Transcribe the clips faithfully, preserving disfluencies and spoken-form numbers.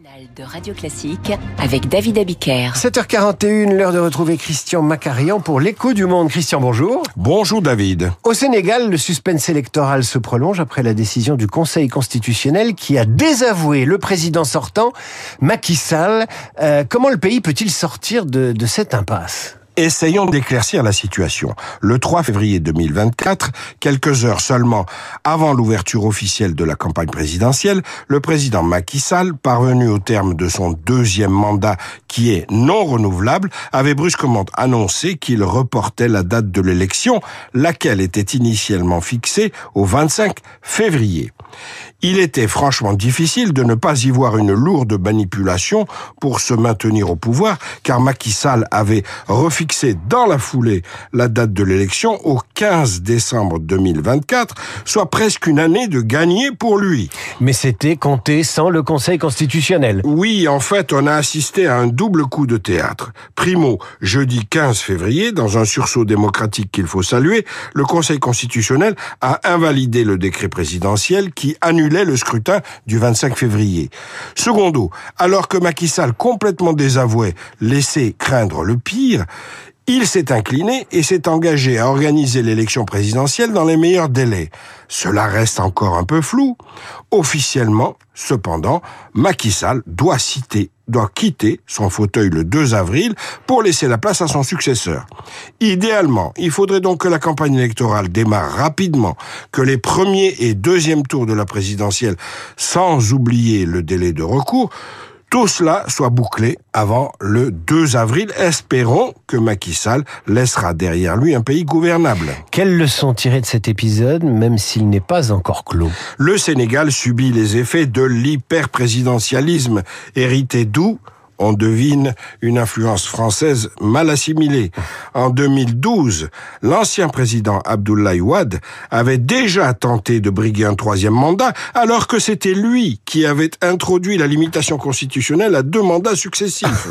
De Radio Classique avec David Abiker. sept heures quarante et une, l'heure de retrouver Christian Macarian pour l'écho du monde. Christian, bonjour. Bonjour David. Au Sénégal, le suspense électoral se prolonge après la décision du Conseil constitutionnel qui a désavoué le président sortant, Macky Sall. Euh, comment le pays peut-il sortir de, de cette impasse ? Essayons d'éclaircir la situation. Le trois février deux mille vingt-quatre, quelques heures seulement avant l'ouverture officielle de la campagne présidentielle, le président Macky Sall, parvenu au terme de son deuxième mandat qui est non renouvelable, avait brusquement annoncé qu'il reportait la date de l'élection, laquelle était initialement fixée au vingt-cinq février. Il était franchement difficile de ne pas y voir une lourde manipulation pour se maintenir au pouvoir, car Macky Sall avait refixé dans la foulée la date de l'élection au quinze décembre deux mille vingt-quatre, soit presque une année de gagné pour lui. Mais c'était compté sans le Conseil constitutionnel. Oui, en fait, on a assisté à un double coup de théâtre. Primo, jeudi quinze février, dans un sursaut démocratique qu'il faut saluer, le Conseil constitutionnel a invalidé le décret présidentiel qui annulait le scrutin du vingt-cinq février. Secondo, alors que Macky Sall, complètement désavoué, laissait craindre le pire, il s'est incliné et s'est engagé à organiser l'élection présidentielle dans les meilleurs délais. Cela reste encore un peu flou. Officiellement, cependant, Macky Sall doit citer doit quitter son fauteuil le deux avril pour laisser la place à son successeur. Idéalement, il faudrait donc que la campagne électorale démarre rapidement, que les premiers et deuxièmes tours de la présidentielle, sans oublier le délai de recours, tout cela soit bouclé avant le deux avril. Espérons que Macky Sall laissera derrière lui un pays gouvernable. Quelles leçons tirer de cet épisode, même s'il n'est pas encore clos ? Le Sénégal subit les effets de l'hyper-présidentialisme, hérité d'où on devine une influence française mal assimilée. En deux mille douze, l'ancien président Abdoulaye Wade avait déjà tenté de briguer un troisième mandat, alors que c'était lui qui avait introduit la limitation constitutionnelle à deux mandats successifs.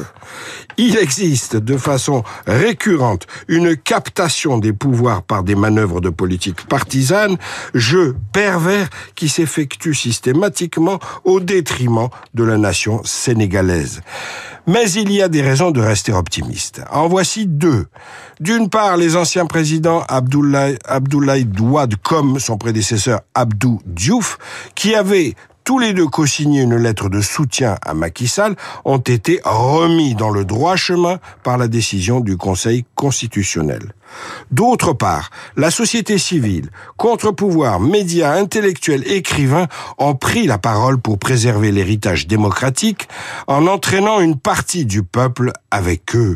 Il existe de façon récurrente une captation des pouvoirs par des manœuvres de politique partisane, jeu pervers qui s'effectue systématiquement au détriment de la nation sénégalaise. Mais il y a des raisons de rester optimiste. En voici deux. D'une part, les anciens présidents Abdoulaye, Abdoulaye Wade comme son prédécesseur Abdou Diouf, qui avaient tous les deux co-signé une lettre de soutien à Macky Sall, ont été remis dans le droit chemin par la décision du Conseil constitutionnel. D'autre part, la société civile, contre-pouvoirs, médias, intellectuels, écrivains ont pris la parole pour préserver l'héritage démocratique en entraînant une partie du peuple avec eux.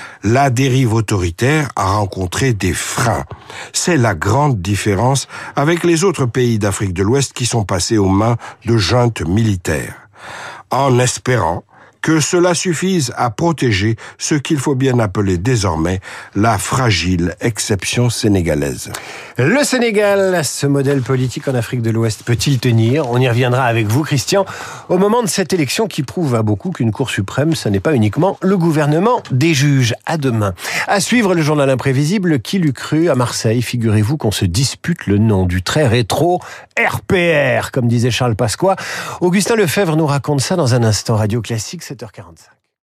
La dérive autoritaire a rencontré des freins. C'est la grande différence avec les autres pays d'Afrique de l'Ouest qui sont passés aux mains de juntes militaires. En espérant que cela suffise à protéger ce qu'il faut bien appeler désormais la fragile exception sénégalaise. Le Sénégal, ce modèle politique en Afrique de l'Ouest, peut-il tenir ? On y reviendra avec vous, Christian, au moment de cette élection qui prouve à beaucoup qu'une Cour suprême, ce n'est pas uniquement le gouvernement des juges. À demain. À suivre le journal imprévisible. Qui l'eût cru à Marseille ? Figurez-vous qu'on se dispute le nom du très rétro R P R, comme disait Charles Pasqua. Augustin Lefebvre nous raconte ça dans un instant. Radio Classique, sept heures quarante-cinq.